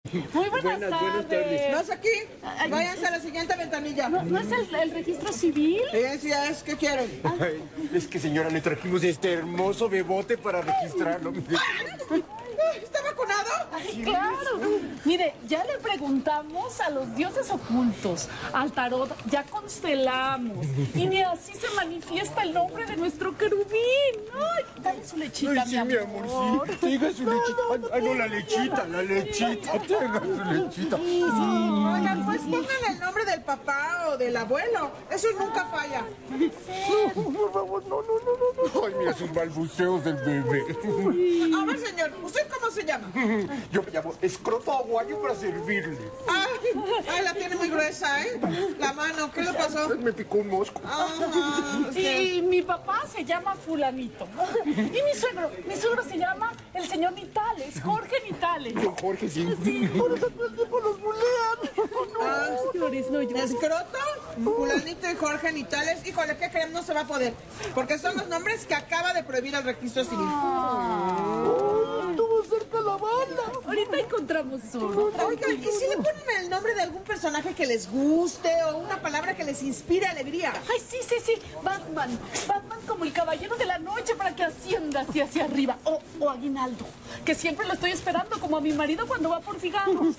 Muy buenas tardes. No es aquí. Váyanse a la siguiente ventanilla. ¿No es el registro civil? Sí es. ¿Qué quieren? Ay, es que, señora, le trajimos este hermoso bebote para registrarlo. ¿Está vacunado? Ay, claro. Mire, ya le preguntamos a los dioses ocultos, al tarot, ya constelamos. Y ni así se manifiesta el nombre de nuestro querubín. Ay, dale su lechita, Ay, sí, mi amor, sí. Tenga su lechita. Ay, no, la lechita. Tenga su lechita. Oigan, pues pongan el nombre del papá o del abuelo. Eso nunca falla. Por favor, no. Ay, mira, sus balbuceos del bebé. A ver, señor, ¿usted cómo se llama? Yo me llamo Escroto Aguayo para servirle. Ay, la tiene muy gruesa, ¿eh? La mano, ¿qué le pasó? Me picó un mosco. Y mi papá se llama Fulanito. Y mi suegro se llama el señor Nitales, Jorge Nitales. Don Jorge, sí. Por eso todo el tiempo los bulean. Flores, no llores. Escroto, Fulanito y Jorge Nitales. Híjole, ¿qué creen? No se va a poder. Porque son los nombres que acaba de prohibir el registro civil. Estuvo cerca la bala. Ahorita encontramos uno. Oigan, ¿y si le ponen el nombre de algún personaje que les guste o una palabra que les inspire alegría? Ay, sí. Batman como el caballero de la noche para que ascienda hacia arriba. O Aguinaldo, que siempre lo estoy esperando como a mi marido cuando va por cigarros.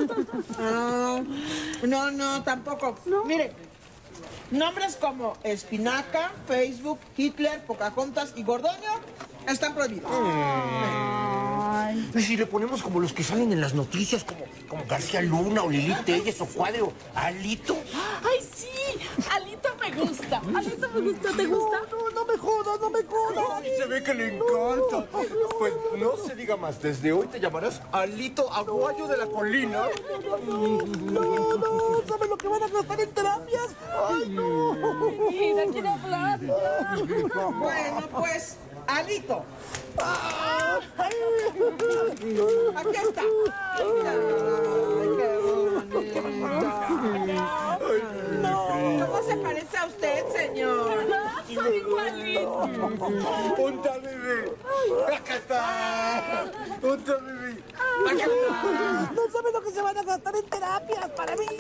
No, tampoco. ¿No? Mire, nombres como Espinaca, Facebook, Hitler, Pocahontas y Gordoño están prohibidos. Y si le ponemos como los que salen en las noticias, como García Luna o Lili Telles o Cuadro, Alito. Ay, sí, Alito me gusta. ¿Te gusta? No me jodas. Ay, se ve que le encanta. Pues no se diga más, desde hoy te llamarás Alito Aguayo de la Colina. No, ¿saben lo que van a gastar en terapias? Ay, no. Mira, quiero hablar. Bueno, pues, Alito. Aquí está. Ay, qué bonita. ¿Cómo se parece a usted, señor? ¿Verdad? Soy igualito. ¡Punta, bebé! ¡Acá está! ¡Punta, bebé! ¡Acá está! No saben lo que se van a gastar en terapias para mí.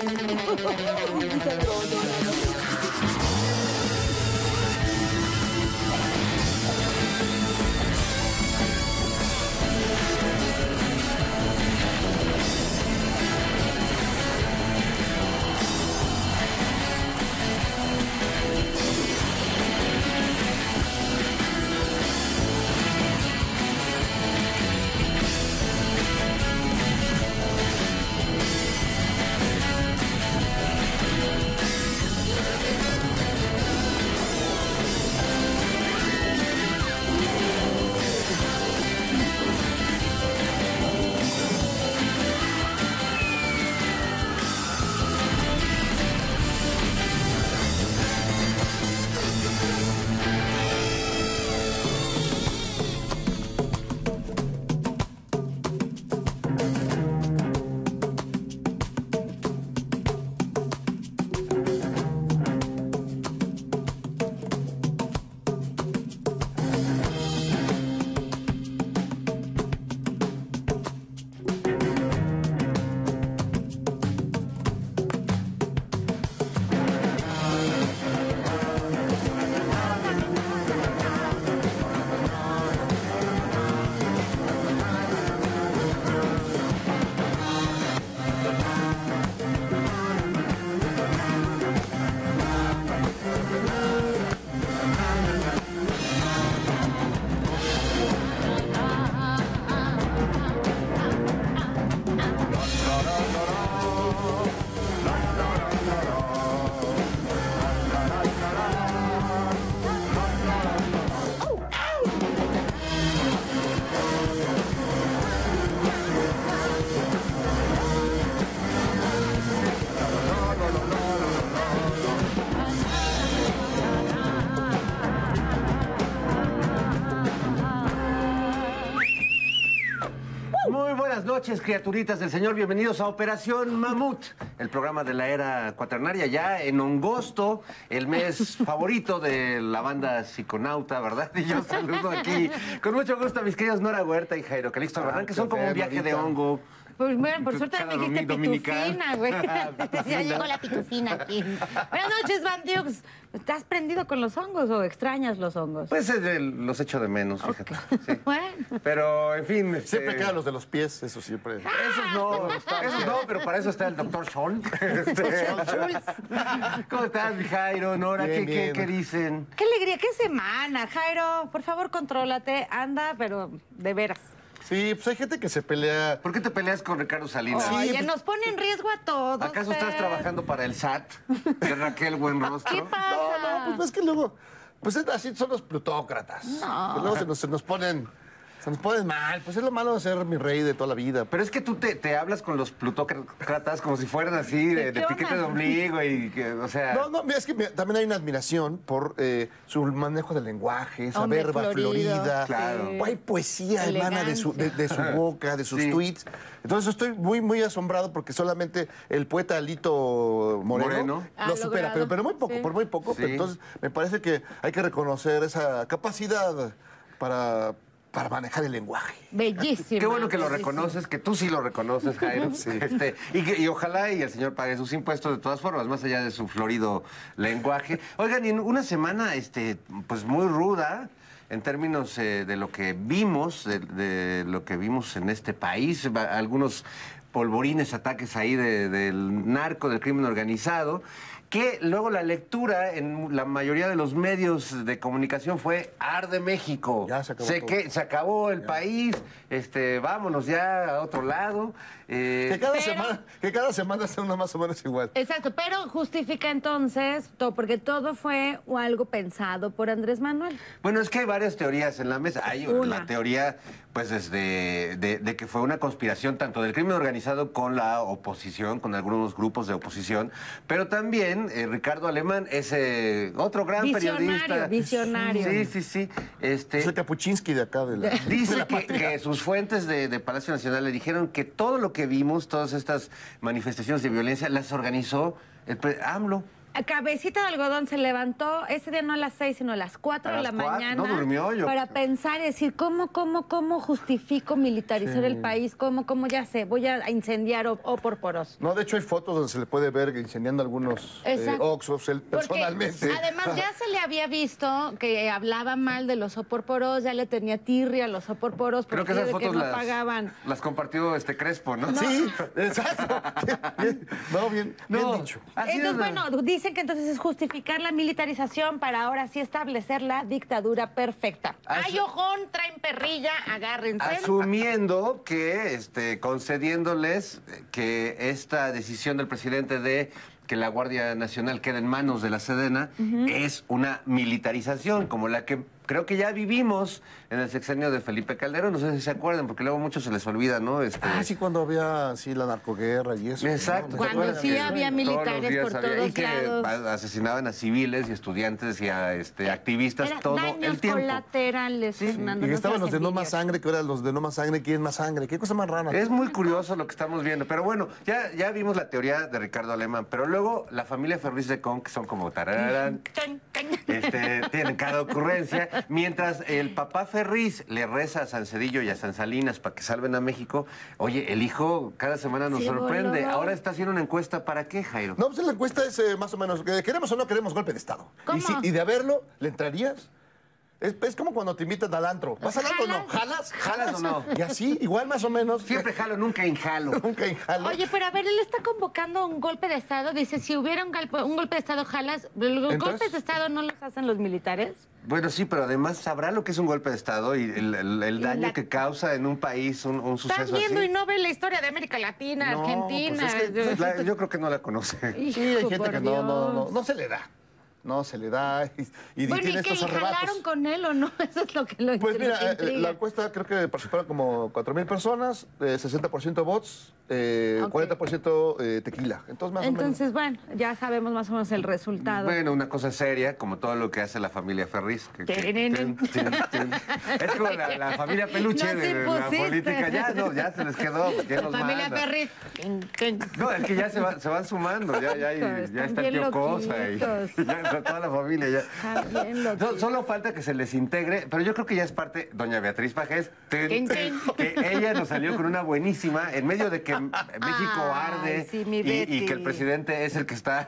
Buenas noches, criaturitas del Señor. Bienvenidos a Operación Mamut, el programa de la era cuaternaria, ya en agosto, el mes favorito de la banda Psiconauta, ¿verdad? Y yo saludo aquí con mucho gusto a mis queridos Nora Huerta y Jairo Calixto Albarrán, que son como un viaje de hongo Pues bueno, por suerte Cada me dijiste dominical. pitufina, güey. Ya llegó la pitufina aquí. Buenas noches, Van Dukes. ¿Estás prendido con los hongos o extrañas los hongos? Pues los echo de menos, fíjate. Sí. Bueno. Pero, en fin... Siempre quedan los de los pies, eso siempre. Esos no, pero para eso está el doctor Scholl. ¿Cómo estás, mi Jairo, Nora? Bien, bien. ¿Qué dicen? ¡Qué alegría! ¡Qué semana, Jairo! Por favor, contrólate. Anda, pero de veras. Sí, pues hay gente que se pelea. ¿Por qué te peleas con Ricardo Salinas? Oye, nos pone en riesgo a todos. ¿Acaso estás Fer. trabajando para el SAT de Raquel Buenrostro? ¿Qué pasa? No, pues es que luego. Pues así son los plutócratas. Que luego se nos ponen mal. Pues es lo malo de ser mi rey de toda la vida. Pero es que tú te hablas con los plutócratas como si fueran así, de ¿Qué piquete de onda? ombligo y que, o sea... No, mira, es que también hay una admiración por su manejo del lenguaje, esa Hombre verba florido, florida. Claro. sí. Hay poesía emana de su boca, de sus Sí. tweets. Entonces estoy muy, muy asombrado porque solamente el poeta Alito Moreno Ha lo supera, logrado, pero muy poco, sí. por muy poco. Sí. Pero entonces me parece que hay que reconocer esa capacidad para manejar el lenguaje. Bellísimo. Qué bueno que lo bellísimo. reconoces, que tú sí lo reconoces, Jairo. Y ojalá y el señor pague sus impuestos de todas formas, más allá de su florido lenguaje. Oigan, y en una semana pues muy ruda en términos de lo que vimos, de lo que vimos en este país, algunos polvorines, ataques ahí del narco, del crimen organizado, que luego la lectura en la mayoría de los medios de comunicación fue arde México. Ya se acabó todo. Se acabó el país, vámonos ya a otro lado. Que cada semana sea una más o menos igual. Exacto, pero justifica entonces, porque todo fue algo pensado por Andrés Manuel. Bueno, es que hay varias teorías en la mesa. Hay Una. la teoría, pues, de que fue una conspiración tanto del crimen organizado con la oposición, con algunos grupos de oposición, pero también Ricardo Alemán, ese otro gran periodista. Visionario. Sí. Es el Kapuczynski de acá de la Dice de la que patria. sus fuentes de Palacio Nacional le dijeron que todo lo que vimos, todas estas manifestaciones de violencia, las organizó AMLO. Cabecita de algodón se levantó ese día no a las 6, sino a las 4 A de las la 4, mañana. no durmió yo. Para pensar y decir, ¿cómo justifico militarizar el país? ¿Cómo ya sé? Voy a incendiar o por poros. No, de hecho hay fotos donde se le puede ver incendiando algunos Exacto. Oxxos, él Porque, personalmente. además, ya se le había visto que hablaba mal de los oporporos, ya le tenía tirria a los oporporos Creo porque que esas de que fotos no pagaban. las compartió Crespo, ¿no? Sí, exacto. Bien dicho. Así Entonces, es, bueno, dicen que entonces es justificar la militarización para ahora sí establecer la dictadura perfecta. ¡Ay, ojón! Traen perrilla, agárrense. Asumiendo que, concediéndoles que esta decisión del presidente de que la Guardia Nacional quede en manos de la Sedena es una militarización, como la que creo que ya vivimos en el sexenio de Felipe Calderón. No sé si se acuerdan, porque luego muchos se les olvida, ¿no? Sí, cuando había la narcoguerra y eso. Exacto. ¿no? Cuando ¿Recuerdan sí que había todos militares los días por había- todos y que lados? asesinaban a civiles y estudiantes y a activistas Eran todo daños el tiempo. colaterales, Fernando. Y no estaban seas los de No envidioso. Más Sangre, que ahora los de No Más Sangre, ¿quién más sangre? Qué cosa más rara. Es muy curioso lo que estamos viendo, pero bueno, ya vimos la teoría de Ricardo Alemán, pero luego la familia Ferriz de Con, que son como tararán, tienen cada ocurrencia, mientras el papá Ferriz le reza a San Cedillo y a San Salinas para que salven a México. Oye, el hijo cada semana nos Sí, sorprende. boludo. Ahora está haciendo una encuesta, ¿para qué, Jairo? No, pues la encuesta es más o menos, ¿queremos o no queremos golpe de Estado? ¿Cómo? Y de haberlo, ¿le entrarías? Es como cuando te invitan al antro. ¿Vas al antro o no? ¿Jalas? ¿Jalas o no? Y así, igual más o menos. Siempre jalo, nunca injalo. Nunca injalo. Oye, pero a ver, él está convocando un golpe de Estado. Dice, si hubiera un golpe de Estado, jalas. ¿Los Entonces- golpes de Estado no los hacen los militares? Bueno, sí, pero además sabrá lo que es un golpe de Estado y el daño que causa en un país un suceso Estás viendo así. y no ve la historia de América Latina, No, Argentina. pues es que Yo creo que no la conoce. Hijo, Sí, hay gente por que Dios. no se le da. No se le da y Bueno, tiene ¿y qué? estos ¿Y arrebatos. jalaron con él o no? Eso es lo que lo Pues mira, lo que intriga. la encuesta creo que participaron como 4,000 personas, 60% bots, 40% tequila. Entonces, más o menos. Entonces, bueno, ya sabemos más o menos el resultado. Bueno, una cosa seria, como todo lo que hace la familia Ferriz. Es como la familia peluche Nos de la impusiste. política. Ya se les quedó. ¿Quién los Familia manda? Ferriz. No, es que ya se van sumando. Ya Están está el bien tío Cosa. loquitos. Ya con toda la familia ya. Está bien, loco. Solo falta que se les integre, pero yo creo que ya es parte, doña Beatriz Pajés, que ella nos salió con una buenísima, en medio de que México arde sí, mi y Betty. que el presidente es el que está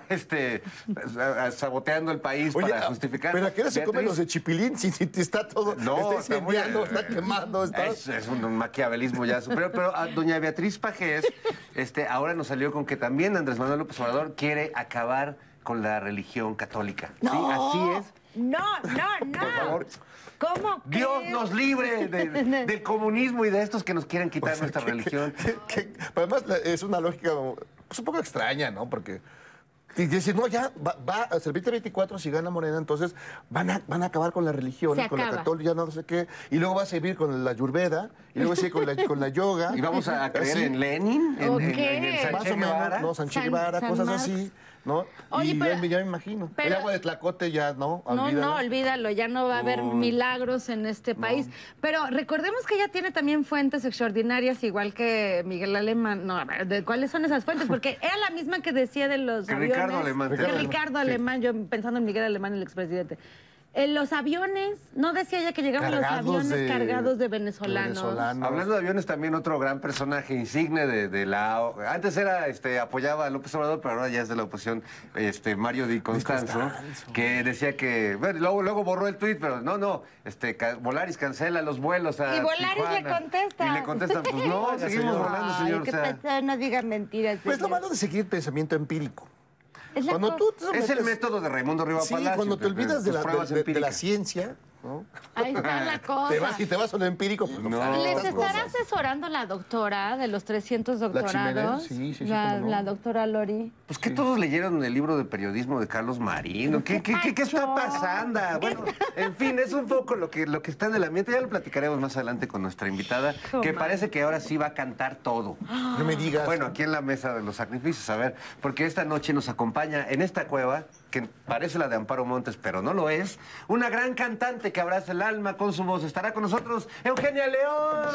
saboteando el país para justificar. ¿Pero a qué hora se comen los de chipilín? Si está todo, No, está incendiando, está quemando. Es un maquiavelismo ya superior. Pero a doña Beatriz Pajés ahora nos salió con que también Andrés Manuel López Obrador quiere acabar con la religión católica. No, ¿Sí? Así es. No. Por favor. ¿Cómo que? Dios nos libre del comunismo y de estos que nos quieren quitar nuestra religión. Además, es una lógica pues, un poco extraña, ¿no? Porque dicen, no, ya va a ser 2024, si gana Morena, entonces van a acabar con la religión, Se con la acaba. católica, ya no sé qué, y luego va a seguir con la Ayurveda, y luego va a seguir con la yoga. Y vamos a creer Sí. en Lenin, en Ok. Más Sánchez o menos, Guevara. ¿no? Sánchez San- Guevara, San cosas Marx. así, ¿no? Oye, y pero- ya me imagino. pero- El agua de Tlacote ya, ¿no? No, Olvídalo. olvídalo, ya no va a haber milagros en este país. Pero recordemos que ella tiene también fuentes extraordinarias, igual que Miguel Alemán. No, a ver, ¿cuáles son esas fuentes? Porque era la misma que decía de los Que aviones. Ricardo Alemán. Que Ricardo Ricardo Alemán, yo pensando en Miguel Alemán, el expresidente. Los aviones, ¿no decía ella que llegaban los aviones cargados de venezolanos? Hablando de aviones, también otro gran personaje insigne de la... Antes era, apoyaba a López Obrador, pero ahora ya es de la oposición, Mario Di Constanzo, que decía que... Bueno, luego borró el tuit, pero no, Volaris cancela los vuelos a Y Volaris Tijuana. le contesta. Y le contestan, pues no, Oiga, seguimos señor. volando, Ay, señor. ¿qué o sea, pasó? No diga mentiras. Pues lo señor. malo de seguir pensamiento empírico. Es la Cuando cosa. tú te es el metes- método de Raimundo Riva Sí, Palacio. cuando te olvidas de tus la, pruebas de la empíricas. ciencia, ¿no? Ahí está la cosa. Te vas a lo empírico, pues no. No. sabes ¿Les estas estará cosas. asesorando la doctora de los 300 doctorados? Jiménez, sí, la, cómo no. la doctora Lori. Pues que todos leyeron el libro de periodismo de Carlos Marín. ¿Qué está pasando? Bueno, en fin, es un poco lo que está en el ambiente. Ya lo platicaremos más adelante con nuestra invitada, que parece que ahora sí va a cantar todo. No me digas. Bueno, aquí en la mesa de los sacrificios, a ver, porque esta noche nos acompaña en esta cueva, que parece la de Amparo Montes, pero no lo es, una gran cantante que abraza el alma con su voz. Estará con nosotros Eugenia León.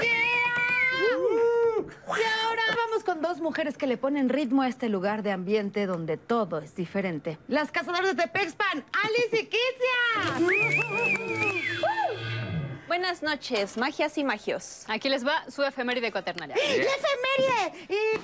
Y ahora vamos con dos mujeres que le ponen ritmo a este lugar de ambiente donde todo es diferente. Las cazadoras de Tepexpan, Alice y Kitzia. Buenas noches, magias y magios. Aquí les va su efeméride cuaternaria. ¡La efeméride! Y...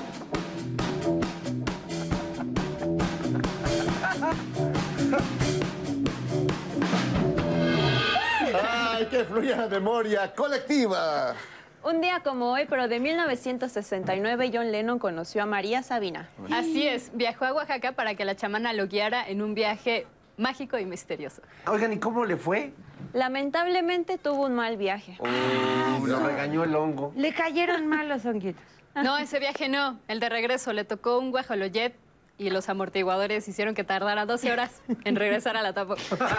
¡Ay, que fluya la memoria colectiva! Un día como hoy, pero de 1969, John Lennon conoció a María Sabina. Así es, viajó a Oaxaca para que la chamana lo guiara en un viaje mágico y misterioso. Oigan, ¿y cómo le fue? Lamentablemente tuvo un mal viaje. Lo regañó el hongo. Le cayeron mal los honguitos. No, ese viaje no, el de regreso. Le tocó un guajoloyet y los amortiguadores hicieron que tardara 12 horas en regresar a la Tapo.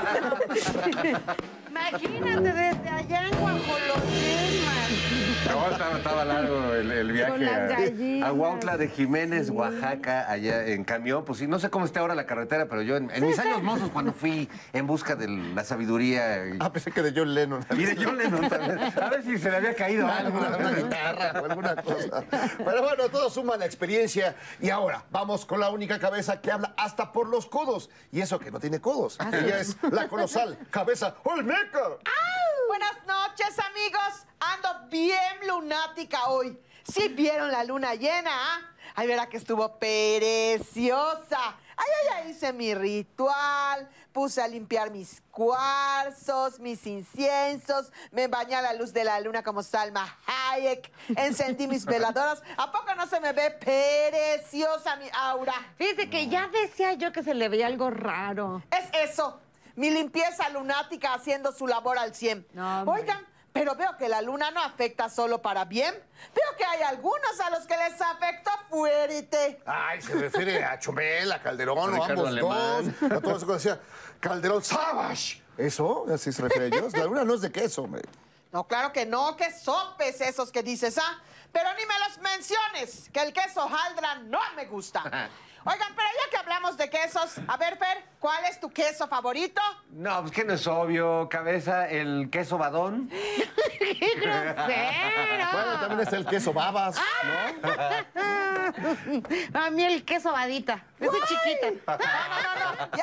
Imagínate desde allá en Guajolotén, No, estaba largo el viaje Con las gallinas. a Huautla de Jiménez, Oaxaca, allá en camión. Pues sí, no sé cómo está ahora la carretera, pero yo en mis años mozos, cuando fui en busca de la sabiduría Pensé que de John Lennon. y de John Lennon también, a ver si se le había caído algo. Una guitarra o alguna cosa. Pero bueno, todo suma la experiencia. Y ahora, vamos con la única cabeza que habla hasta por los codos. Y eso que no tiene codos. Ella es la colosal cabeza Olmeca. Buenas noches, amigos. Ando bien lunática hoy. ¿Sí vieron la luna llena? Ay, verá que estuvo preciosa. Ay, hice mi ritual, puse a limpiar mis cuarzos, mis inciensos, me bañé a la luz de la luna como Salma Hayek, encendí mis veladoras. ¿A poco no se me ve preciosa mi aura? Fíjese que ya decía yo que se le veía algo raro. Es eso, mi limpieza lunática haciendo su labor al 100. No, hombre. Oigan, pero veo que la luna no afecta solo para bien. Veo que hay algunos a los que les afectó fuerte. Ay, se refiere a Chumel, a Calderón, o Ricardo ambos Alemán. dos. A todo eso que decía Calderón Savage. ¿Eso? ¿Así se refiere a ellos? La luna no es de queso, hombre. No, claro que no, que sopes esos que dices, ¿ah? Pero ni me los menciones, que el queso hojaldra no me gusta. Oigan, pero ya que hablamos de quesos, a ver, Fer, ¿cuál es tu queso favorito? No, pues que no es obvio, cabeza, el queso badón. ¡Qué grosero! Bueno, también está el queso babas, ¿no? A mí el queso vadita, ese chiquito. No, ya,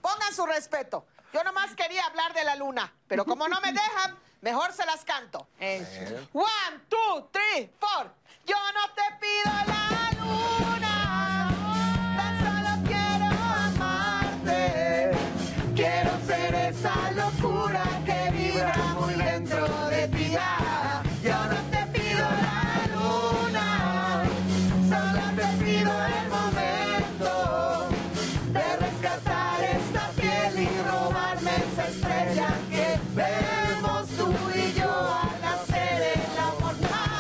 pongan su respeto. Yo nomás quería hablar de la luna, pero como no me dejan, mejor se las canto. 1, 2, 3, 4. Yo no te pido la luna, tan solo quiero amarte. Quiero ser esa locura que vibra muy dentro de ti. Yo no te pido la luna, solo te pido el momento de rescatar esta piel y robarme esa estrella que vemos tú y yo al hacer el amor.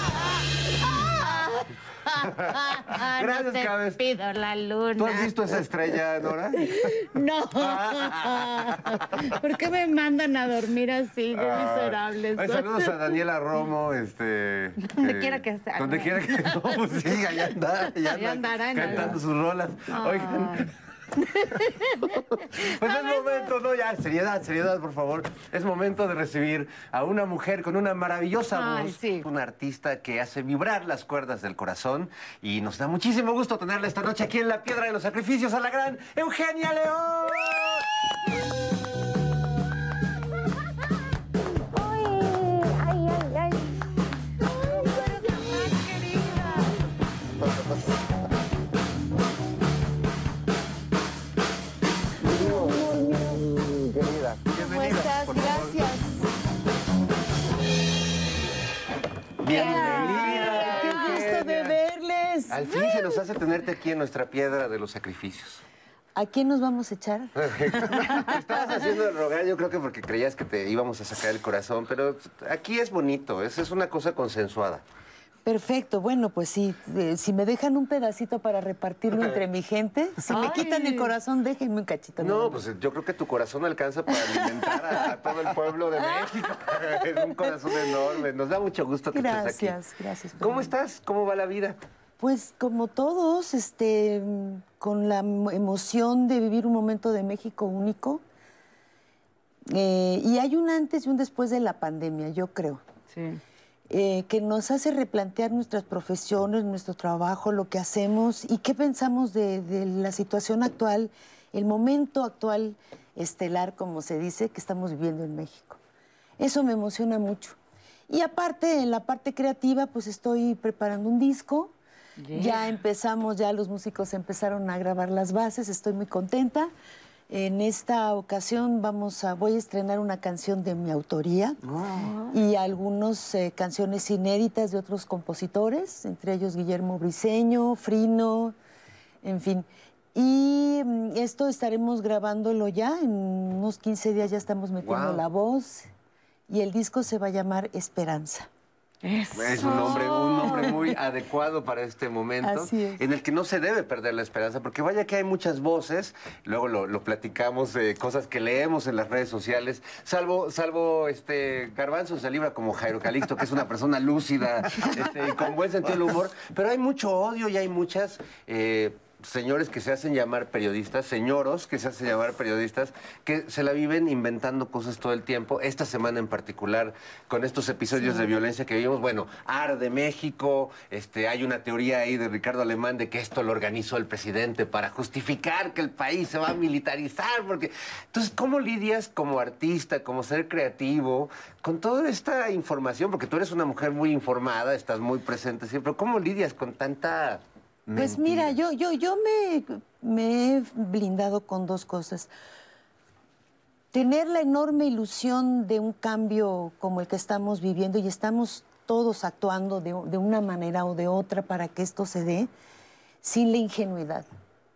Gracias, no te Cabez. pido la luna. ¿Tú has visto esa estrella, Nora? No. ¿Por qué me mandan a dormir así? Qué miserables. Ay, saludos a Daniela Romo, Donde quiera que esté. Donde quiera que no, pues sí, allá anda, Allá andará en cantando algo. sus rolas. Oigan. Pues es momento, no, ya, seriedad, por favor. Es momento de recibir a una mujer con una maravillosa Ay, voz, sí. una artista que hace vibrar las cuerdas del corazón y nos da muchísimo gusto tenerla esta noche aquí en La Piedra de los Sacrificios, a la gran Eugenia León. ¿Cómo estás? Gracias. Bienvenida. Qué gusto de verles. Al fin se nos hace tenerte aquí en nuestra Piedra de los Sacrificios. ¿A quién nos vamos a echar? Estabas haciendo el rogar, yo creo que porque creías que te íbamos a sacar el corazón, pero aquí es bonito, es una cosa consensuada. Perfecto, bueno, pues sí, si me dejan un pedacito para repartirlo entre mi gente, si me quitan el corazón, déjenme un cachito. No, pues yo creo que tu corazón alcanza para alimentar a todo el pueblo de México. Es un corazón enorme. Nos da mucho gusto que estés aquí. Gracias. ¿Cómo estás? ¿Cómo va la vida? Pues como todos, con la emoción de vivir un momento de México único. Y hay un antes y un después de la pandemia, yo creo. Sí. Que nos hace replantear nuestras profesiones, nuestro trabajo, lo que hacemos y qué pensamos de la situación actual, el momento actual estelar, como se dice, que estamos viviendo en México. Eso me emociona mucho. Y aparte, en la parte creativa, pues estoy preparando un disco. Ya empezamos, ya los músicos empezaron a grabar las bases, estoy muy contenta. En esta ocasión voy a estrenar una canción de mi autoría y algunas canciones inéditas de otros compositores, entre ellos Guillermo Briceño, Frino, en fin. Y esto estaremos grabándolo ya, en unos 15 días ya estamos metiendo la voz y el disco se va a llamar Esperanza. Es un nombre muy adecuado para este momento, Así es. en el que no se debe perder la esperanza, porque vaya que hay muchas voces, luego lo platicamos, cosas que leemos en las redes sociales, salvo Garbanzo se libra como Jairo Calixto, que es una persona lúcida, con buen sentido del humor, pero hay mucho odio y hay muchas... señores que se hacen llamar periodistas, señoros que se hacen llamar periodistas, que se la viven inventando cosas todo el tiempo. Esta semana en particular, con estos episodios de violencia que vivimos, bueno, arde México, hay una teoría ahí de Ricardo Alemán de que esto lo organizó el presidente para justificar que el país se va a militarizar, porque... Entonces, ¿cómo lidias como artista, como ser creativo, con toda esta información? Porque tú eres una mujer muy informada, estás muy presente siempre, pero ¿cómo lidias con tanta... Pues mira, yo me he blindado con dos cosas. Tener la enorme ilusión de un cambio como el que estamos viviendo y estamos todos actuando de una manera o de otra para que esto se dé, sin la ingenuidad.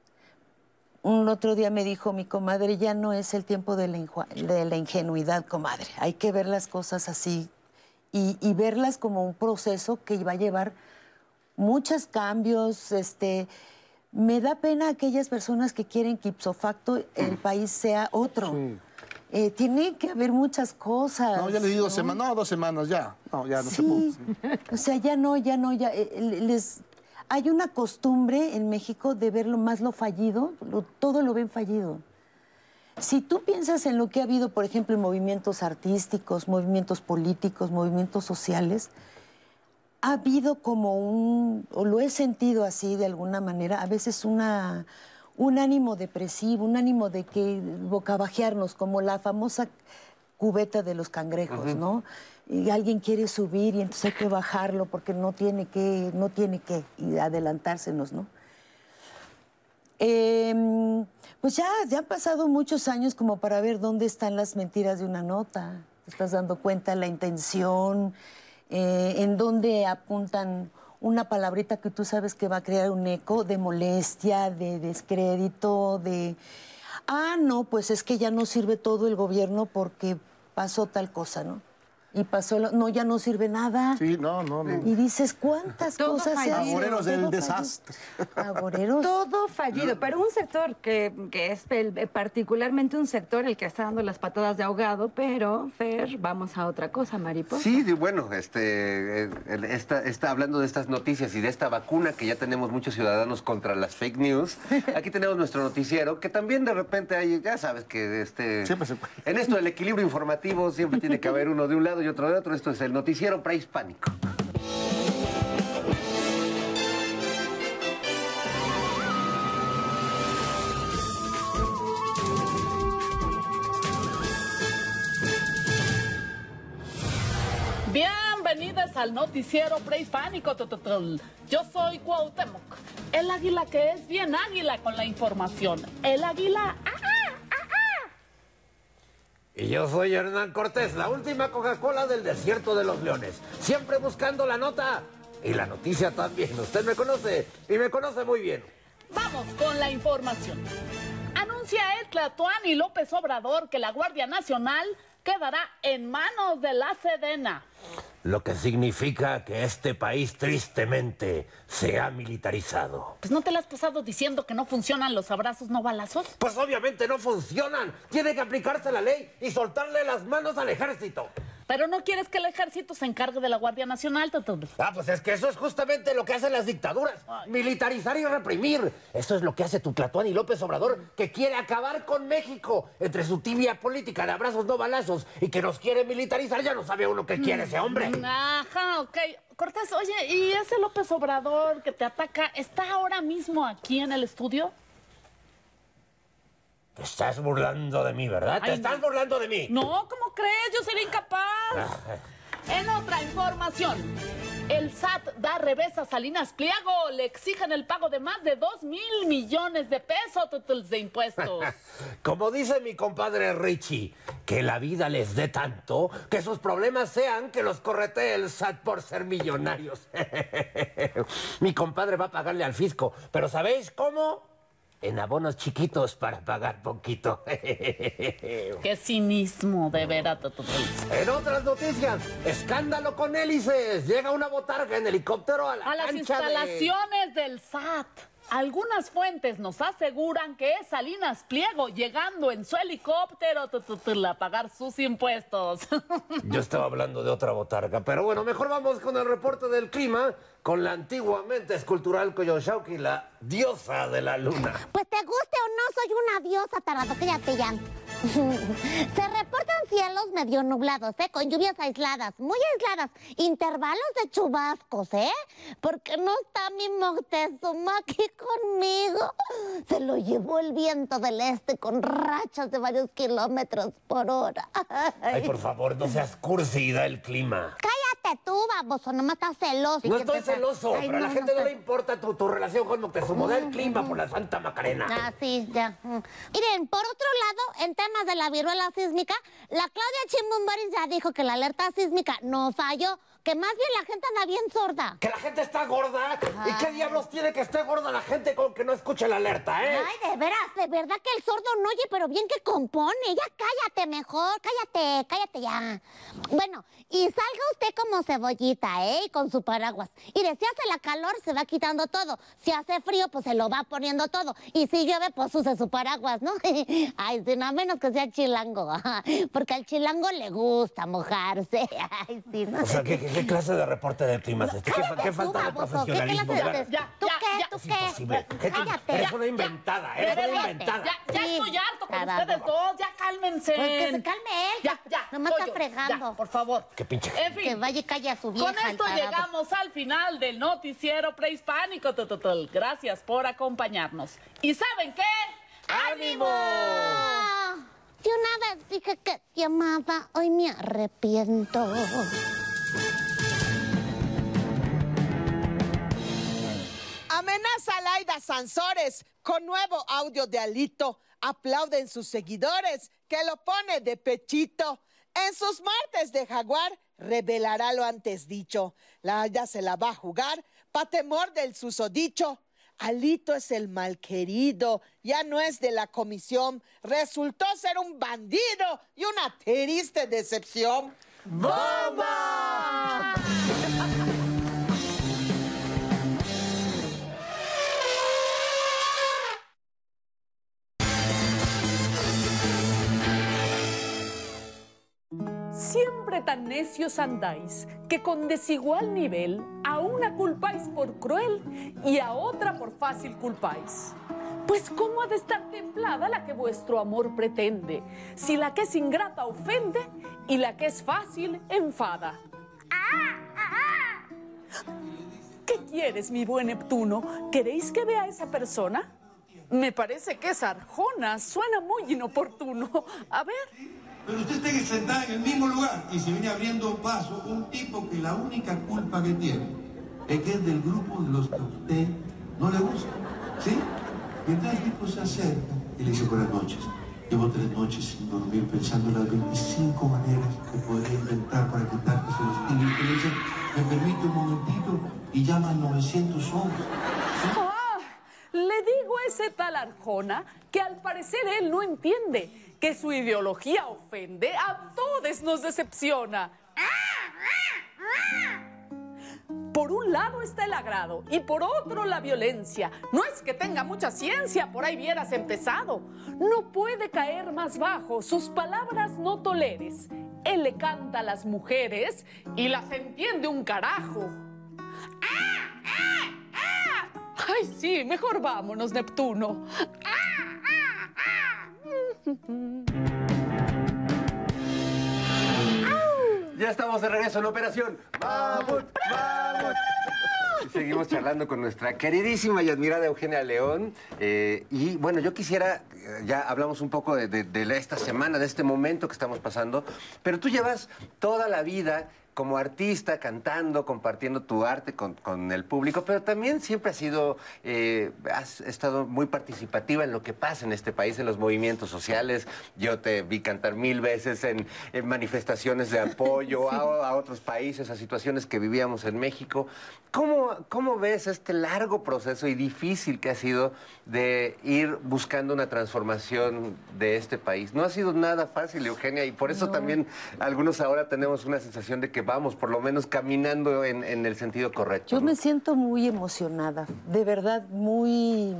Un otro día me dijo mi comadre, ya no es el tiempo de la ingenuidad, comadre. Hay que ver las cosas así y verlas como un proceso que va a llevar muchos cambios. Me da pena aquellas personas que quieren que ipso facto el país sea otro. Sí. Tiene que haber muchas cosas. No, ya le di 2 semanas, no, 2 semanas ya. No, ya no se puede. O sea, ya no. Hay una costumbre en México de ver más lo fallido, todo lo ven fallido. Si tú piensas en lo que ha habido, por ejemplo, en movimientos artísticos, movimientos políticos, movimientos sociales, ha habido como o lo he sentido así de alguna manera, a veces una un ánimo depresivo, un ánimo de que bocabajearnos, como la famosa cubeta de los cangrejos, ¿no? Y alguien quiere subir y entonces hay que bajarlo porque no tiene que, y adelantársenos, ¿no? Pues ya han pasado muchos años como para ver dónde están las mentiras de una nota. Te estás dando cuenta la intención, en dónde apuntan una palabrita que tú sabes que va a crear un eco de molestia, de descrédito, de... Ah, no, pues es que ya no sirve todo el gobierno porque pasó tal cosa, ¿no? Y pasó, no, ya no sirve nada. Sí, no. Y dices, ¿cuántas cosas se hacen? Agoreros del desastre. Agoreros. Todo fallido, pero un sector que es particularmente un sector el que está dando las patadas de ahogado, pero, Fer, vamos a otra cosa, mariposa. Sí, bueno, está hablando de estas noticias y de esta vacuna que ya tenemos muchos ciudadanos contra las fake news. Aquí tenemos nuestro noticiero, que también de repente hay, ya sabes que Siempre se puede. en esto del equilibrio informativo siempre tiene que haber uno de un lado y otro de otro. Esto es el noticiero prehispánico. Bienvenidas al noticiero prehispánico. Yo soy Cuauhtémoc, el águila que es bien águila con la información. El águila... Y yo soy Hernán Cortés, la última Coca-Cola del desierto de los leones. Siempre buscando la nota y la noticia también. Usted me conoce y me conoce muy bien. Vamos con la información. Anuncia el Tlatoani López Obrador que la Guardia Nacional quedará en manos de la Sedena. Lo que significa que este país tristemente se ha militarizado. Pues ¿no te la has pasado diciendo que no funcionan los abrazos no balazos? Pues obviamente no funcionan. Tiene que aplicarse la ley y soltarle las manos al ejército. Pero no quieres que el ejército se encargue de la Guardia Nacional, Ah, pues es que eso es justamente lo que hacen las dictaduras. Militarizar y reprimir. Eso es lo que hace tu Tlatoani López Obrador, que quiere acabar con México. Entre su tibia política de abrazos no balazos y que nos quiere militarizar, ya no sabe uno qué quiere ese hombre. Ajá, ok. Cortés, oye, ¿y ese López Obrador que te ataca está ahora mismo aquí en el estudio? Te estás burlando de mí, ¿verdad? Te estás burlando de mí. No, ¿cómo crees? Yo sería incapaz. En otra información, el SAT da revés a Salinas Pliego. Le exigen el pago de más de 2,000 millones de pesos de impuestos. Como dice mi compadre Richie, que la vida les dé tanto que sus problemas sean que los corretee el SAT por ser millonarios. Mi compadre va a pagarle al fisco, pero ¿sabéis cómo? En abonos chiquitos para pagar poquito. Qué cinismo, de veras. En otras noticias, escándalo con hélices. Llega una botarga en helicóptero a las instalaciones del SAT. Algunas fuentes nos aseguran que es Salinas Pliego llegando en su helicóptero a pagar sus impuestos. Yo estaba hablando de otra botarga, pero bueno, mejor vamos con el reporte del clima con la antiguamente escultural Coyolxauhqui, la diosa de la luna. Pues te guste o no, soy una diosa, tarado, cállate ya. Se reportan cielos medio nublados, con lluvias aisladas, muy aisladas, intervalos de chubascos, porque no está mi Moctezuma aquí conmigo. Se lo llevó el viento del este con rachas de varios kilómetros por hora. Ay, por favor, no seas cursi, da el clima. Cállate tú, baboso, nomás estás celoso. No estoy celoso, pero a la gente no le importa tu relación con Moctezuma, da el clima por la Santa Macarena. Ah, sí, ya. Miren, por otro lado, en temas de la viruela sísmica, la Claudia Sheinbaum ya dijo que la alerta sísmica no falló, que más bien la gente anda bien sorda. ¿Que la gente está gorda? ¿Y qué diablos tiene que estar gorda la gente con que no escuche la alerta, Ay, de veras, de verdad que el sordo no oye, pero bien que compone. Ya cállate mejor, cállate ya. Bueno, y salga usted como cebollita, y con su paraguas. Y si hace la calor, se va quitando todo. Si hace frío, pues se lo va poniendo todo. Y si llueve, pues use su paraguas, ¿no? Ay, sí, no, a menos que sea chilango. Porque al chilango le gusta mojarse. Ay, sí, ¿no? O sea, ¿qué ¿Qué clase de reporte de clima es este? ¿Qué falta de profesionalismo? ¿Tú qué? Es imposible. Cállate. Eres una inventada, eres una inventada. Ya estoy harto con ustedes dos, ya cálmense. Pues que se calme él. Ya. Nomás está fregando. Ya, por favor. Qué pinche. En fin. Que vaya y calle a su vieja. Con esto llegamos al final del noticiero prehispánico. Gracias por acompañarnos. ¿Y saben qué? ¡Ánimo! Yo una vez dije que te amaba, hoy me arrepiento. Amenaza a Laida Sansores con nuevo audio de Alito. Aplauden sus seguidores que lo pone de pechito. En sus martes de Jaguar revelará lo antes dicho. Laida se la va a jugar pa' temor del susodicho. Alito es el malquerido, ya no es de la comisión. Resultó ser un bandido y una triste decepción. ¡Bomba! Siempre tan necios andáis, que con desigual nivel a una culpáis por cruel y a otra por fácil culpáis. Pues ¿cómo ha de estar templada la que vuestro amor pretende, si la que es ingrata ofende y la que es fácil enfada? ¿Qué quieres, mi buen Neptuno? ¿Queréis que vea a esa persona? Me parece que es Arjona, suena muy inoportuno. A ver... Pero usted está sentada en el mismo lugar y se viene abriendo paso un tipo que la única culpa que tiene es que es del grupo de los que a usted no le gusta, ¿sí? Y entonces el tipo se acerca y le dice buenas noches. Llevo 3 noches sin dormir pensando en las 25 maneras que podría inventar para quitarte ese vestido. Y le dice, me permite un momentito y llama al 911. ¿Sí? Le digo a ese tal Arjona que al parecer él no entiende que su ideología ofende, a todos nos decepciona. Por un lado está el agrado y por otro la violencia. No es que tenga mucha ciencia, por ahí vieras empezado. No puede caer más bajo, sus palabras no toleres. Él le canta a las mujeres y las entiende un carajo. Ay, sí, mejor vámonos, Neptuno. Ya estamos de regreso en Operación Mamut, Mamut. Seguimos charlando con nuestra queridísima y admirada Eugenia León. Y bueno, yo quisiera, ya hablamos un poco de esta semana, de este momento que estamos pasando, pero tú llevas toda la vida como artista, cantando, compartiendo tu arte con el público, pero también siempre has estado muy participativa en lo que pasa en este país, en los movimientos sociales. Yo te vi cantar 1000 veces en manifestaciones de apoyo a otros países, a situaciones que vivíamos en México. ¿Cómo ves este largo proceso y difícil que ha sido de ir buscando una transformación de este país? No ha sido nada fácil, Eugenia, y por eso también algunos ahora tenemos una sensación de que vamos, por lo menos, caminando en el sentido correcto. Yo me siento muy emocionada, de verdad, muy...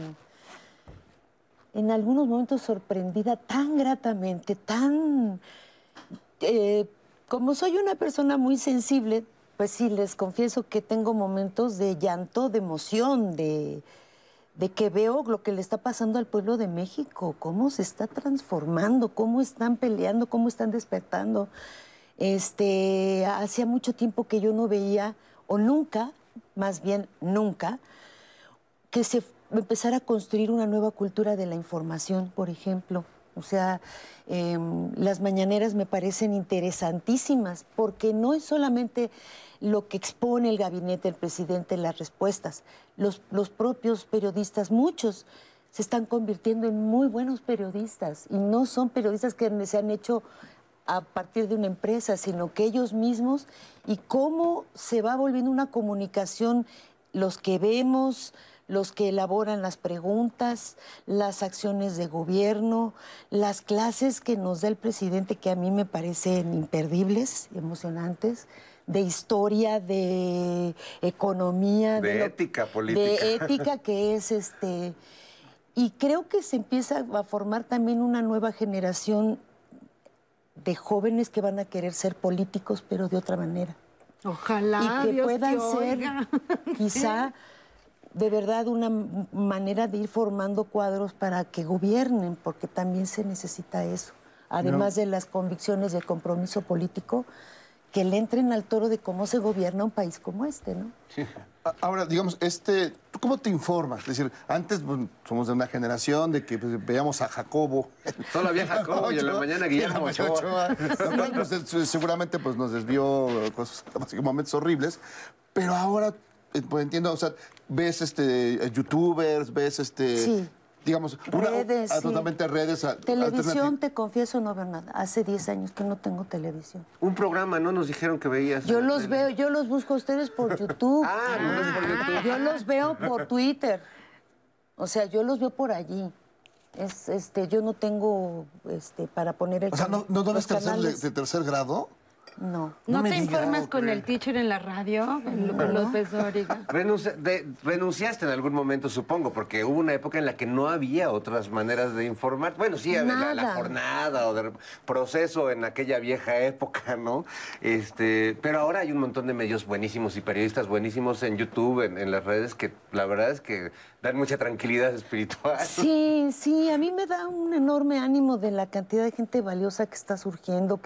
En algunos momentos sorprendida tan gratamente, tan... como soy una persona muy sensible, pues sí, les confieso que tengo momentos de llanto, de emoción, de que veo lo que le está pasando al pueblo de México, cómo se está transformando, cómo están peleando, cómo están despertando. Hacía mucho tiempo que yo no veía, o nunca, más bien nunca, que se empezara a construir una nueva cultura de la información, por ejemplo. O sea, las mañaneras me parecen interesantísimas, porque no es solamente lo que expone el gabinete del presidente en las respuestas. Los propios periodistas, muchos, se están convirtiendo en muy buenos periodistas, y no son periodistas que se han hecho a partir de una empresa, sino que ellos mismos, y cómo se va volviendo una comunicación, los que vemos, los que elaboran las preguntas, las acciones de gobierno, las clases que nos da el presidente, que a mí me parecen imperdibles, emocionantes, de historia, de economía, de ética política. De ética, que es y creo que se empieza a formar también una nueva generación de jóvenes que van a querer ser políticos, pero de otra manera. Ojalá, y que Dios puedan te ser oiga. quizá de verdad una manera de ir formando cuadros para que gobiernen, porque también se necesita eso. Además de las convicciones del compromiso político, que le entren al toro de cómo se gobierna un país como este, ¿no? Sí. Ahora, digamos, ¿tú cómo te informas? Es decir, antes somos de una generación de que pues, veíamos a Jacobo. Solo había Jacobo y en la mañana Guillermo Ochoa. Lo cual, pues, seguramente pues, nos desvió cosas, momentos horribles. Pero ahora, pues entiendo, o sea, ves youtubers, ves Sí. digamos, Redes, sí. totalmente redes Televisión, te confieso, no veo nada. Hace 10 años que no tengo televisión. Un programa, ¿no? Nos dijeron que veías. Yo los veo, yo los busco a ustedes por YouTube. Los ves por YouTube. Yo los veo por Twitter. O sea, yo los veo por allí. Yo no tengo para poner el O sea, ¿no ves canales. de tercer grado? No. ¿No te informas con el teacher en la radio? Con López Dóriga. Renunciaste en algún momento, supongo, porque hubo una época en la que no había otras maneras de informar. Bueno, sí, la jornada o de proceso en aquella vieja época, ¿no? Pero ahora hay un montón de medios buenísimos y periodistas buenísimos en YouTube, en las redes, que la verdad es que dan mucha tranquilidad espiritual. Sí, sí, a mí me da un enorme ánimo de la cantidad de gente valiosa que está surgiendo,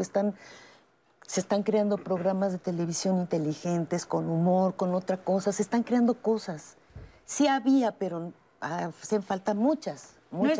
se están creando programas de televisión inteligentes, con humor, con otra cosa. Se están creando cosas. Sí había, pero hacen falta muchas.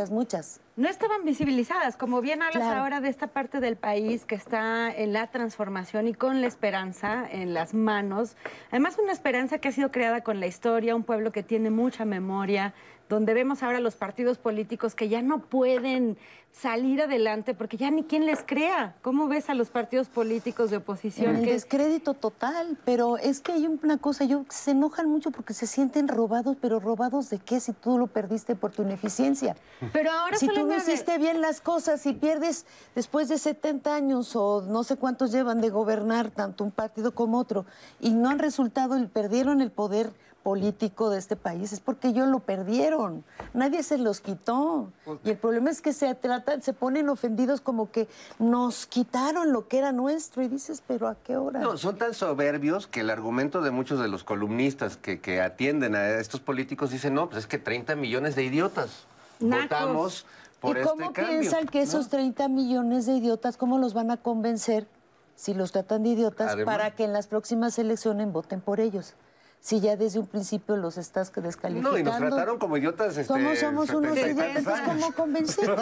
No estaban visibilizadas. Como bien hablas Claro. ahora de esta parte del país que está en la transformación y con la esperanza en las manos. Además, una esperanza que ha sido creada con la historia, un pueblo que tiene mucha memoria, donde vemos ahora los partidos políticos que ya no pueden salir adelante porque ya ni quien les crea. ¿Cómo ves a los partidos políticos de oposición? El descrédito total, pero es que hay una cosa, se enojan mucho porque se sienten robados, pero ¿robados de qué si tú lo perdiste por tu ineficiencia? Pero ahora si tú no hiciste bien las cosas y pierdes después de 70 años o no sé cuántos llevan de gobernar tanto un partido como otro y no han resultado, perdieron el poder político de este país, es porque ellos lo perdieron. Nadie se los quitó. Y el problema es que se ponen ofendidos como que nos quitaron lo que era nuestro. Y dices, ¿pero a qué hora? No, son tan soberbios que el argumento de muchos de los columnistas que atienden a estos políticos dicen, no, pues es que 30 millones de idiotas votamos por este cambio. ¿Y cómo piensan que esos 30 millones de idiotas, cómo los van a convencer, si los tratan de idiotas, para que en las próximas elecciones voten por ellos? Si ya desde un principio los estás descalificando. No, y nos trataron como idiotas. ¿Cómo somos unos idiotas? ¿Cómo convencerlos?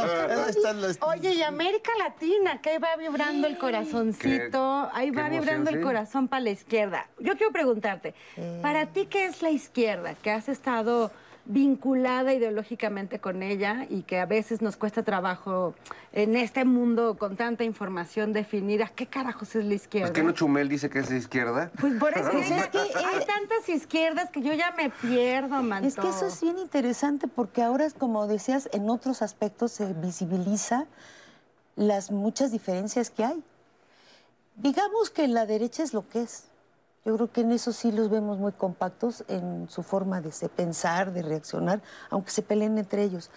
Oye, y América Latina, que ahí va vibrando el corazoncito, ahí va vibrando el corazón para la izquierda. Yo quiero preguntarte, ¿para ti qué es la izquierda? Que has estado vinculada ideológicamente con ella y que a veces nos cuesta trabajo en este mundo con tanta información definir a qué carajos es la izquierda. ¿Por qué no Chumel dice que es de izquierda? Pues por eso es que hay tantas izquierdas que yo ya me pierdo, Manto. Es que eso es bien interesante porque ahora, como decías, en otros aspectos se visibiliza las muchas diferencias que hay. Digamos que la derecha es lo que es. Yo creo que en eso sí los vemos muy compactos en su forma de pensar, de reaccionar, aunque se peleen entre ellos.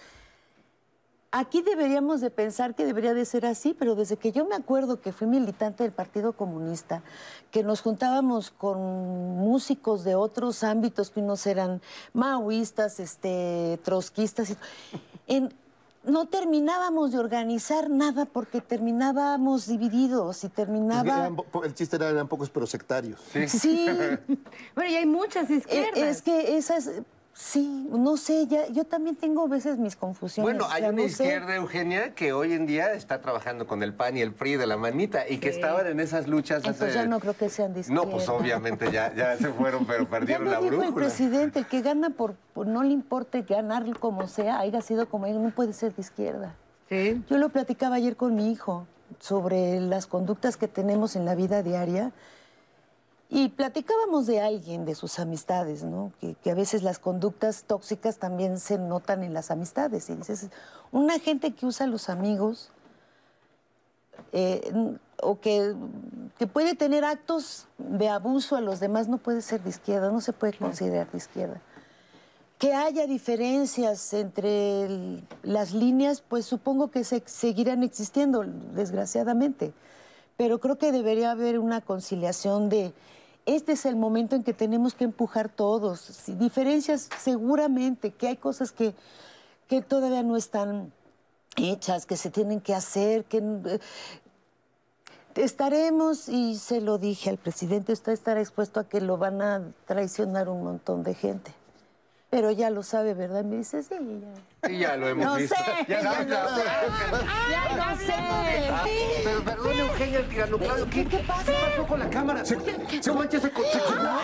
Aquí deberíamos de pensar que debería de ser así, pero desde que yo me acuerdo que fui militante del Partido Comunista, que nos juntábamos con músicos de otros ámbitos, que unos eran maoístas, trotskistas, no terminábamos de organizar nada porque terminábamos divididos y terminaba... El chiste eran pocos pero sectarios. Sí. Bueno, y hay muchas izquierdas. Es que esas... Sí, no sé, yo también tengo a veces mis confusiones. Bueno, hay una izquierda, Eugenia, que hoy en día está trabajando con el PAN y el PRI de la manita y que estaban en esas luchas Entonces ya no creo que sean de izquierda. No, pues obviamente ya se fueron, pero perdieron la brújula. El presidente, el que gana por no le importe ganar como sea, haya sido como él, no puede ser de izquierda. Sí. Yo lo platicaba ayer con mi hijo sobre las conductas que tenemos en la vida diaria. Y platicábamos de alguien, de sus amistades, ¿no? Que a veces las conductas tóxicas también se notan en las amistades. Y dices, una gente que usa a los amigos o que puede tener actos de abuso a los demás no puede ser de izquierda, no se puede considerar de izquierda. Que haya diferencias entre las líneas, pues supongo que seguirán existiendo, desgraciadamente. Pero creo que debería haber una conciliación de este es el momento en que tenemos que empujar todos. Sin diferencias, seguramente que hay cosas que todavía no están hechas, que se tienen que hacer, que estaremos, y se lo dije al presidente, usted estará expuesto a que lo van a traicionar un montón de gente. Pero ya lo sabe, ¿verdad? Me dice, sí, ya. Sí, ya lo hemos visto. Ya no sé. Pero perdón, Eugenia, el tirano Claudio, ¿qué pasa? ¿Qué pasó con la cámara? Se mancha ese coche.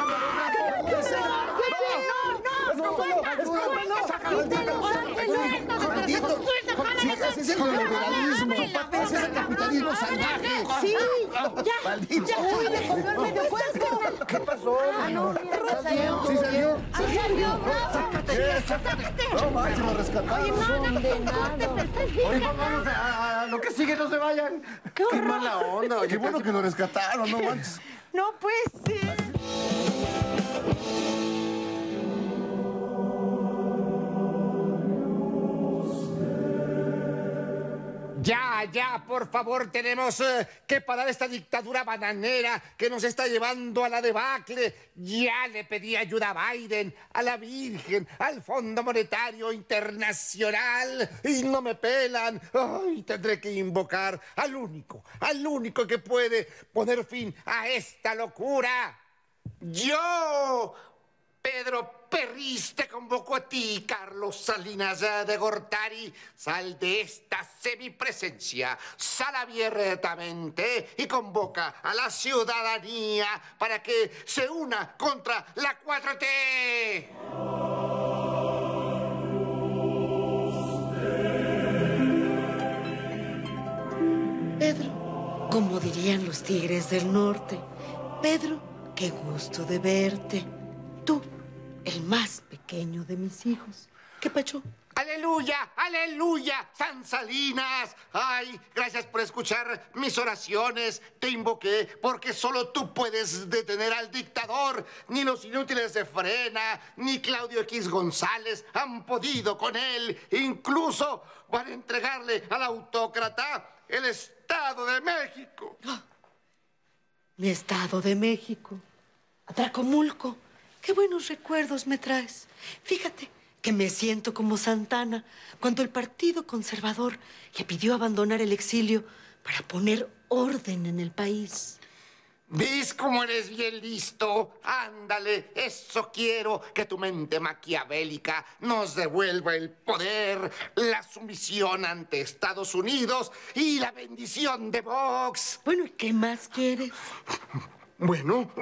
Así es el neoliberalismo, así es el capitalismo salvaje. Sí, ya pude comer medio cuerpo. ¿Qué pasó? No, mira, ¿Sí salió? Sí salió. Sácate. No, manches, lo rescataron. Oye, vamos a lo que sigue, no se vayan. Qué mala onda. Qué bueno que lo rescataron, no manches. No puede ser. Ya, por favor, tenemos que parar esta dictadura bananera que nos está llevando a la debacle. Ya le pedí ayuda a Biden, a la Virgen, al Fondo Monetario Internacional y no me pelan. Ay, tendré que invocar al único que puede poner fin a esta locura. ¡Yo! Pedro Perris te convoco a ti, Carlos Salinas de Gortari. Sal de esta semipresencia, sal abiertamente y convoca a la ciudadanía para que se una contra la 4T. Pedro, como dirían los tigres del norte, Pedro, qué gusto de verte. Tú, el más pequeño de mis hijos. ¿Qué pacho? ¡Aleluya! ¡Aleluya! ¡San Salinas! ¡Ay, gracias por escuchar mis oraciones! Te invoqué porque solo tú puedes detener al dictador. Ni los inútiles de Frena, ni Claudio X González han podido con él. Incluso van a entregarle al autócrata el Estado de México. Mi Estado de México. Atracomulco. Qué buenos recuerdos me traes. Fíjate que me siento como Santana cuando el Partido Conservador le pidió abandonar el exilio para poner orden en el país. ¿Ves cómo eres bien listo? Ándale, eso quiero, que tu mente maquiavélica nos devuelva el poder, la sumisión ante Estados Unidos y la bendición de Vox. Bueno, ¿y qué más quieres? Bueno,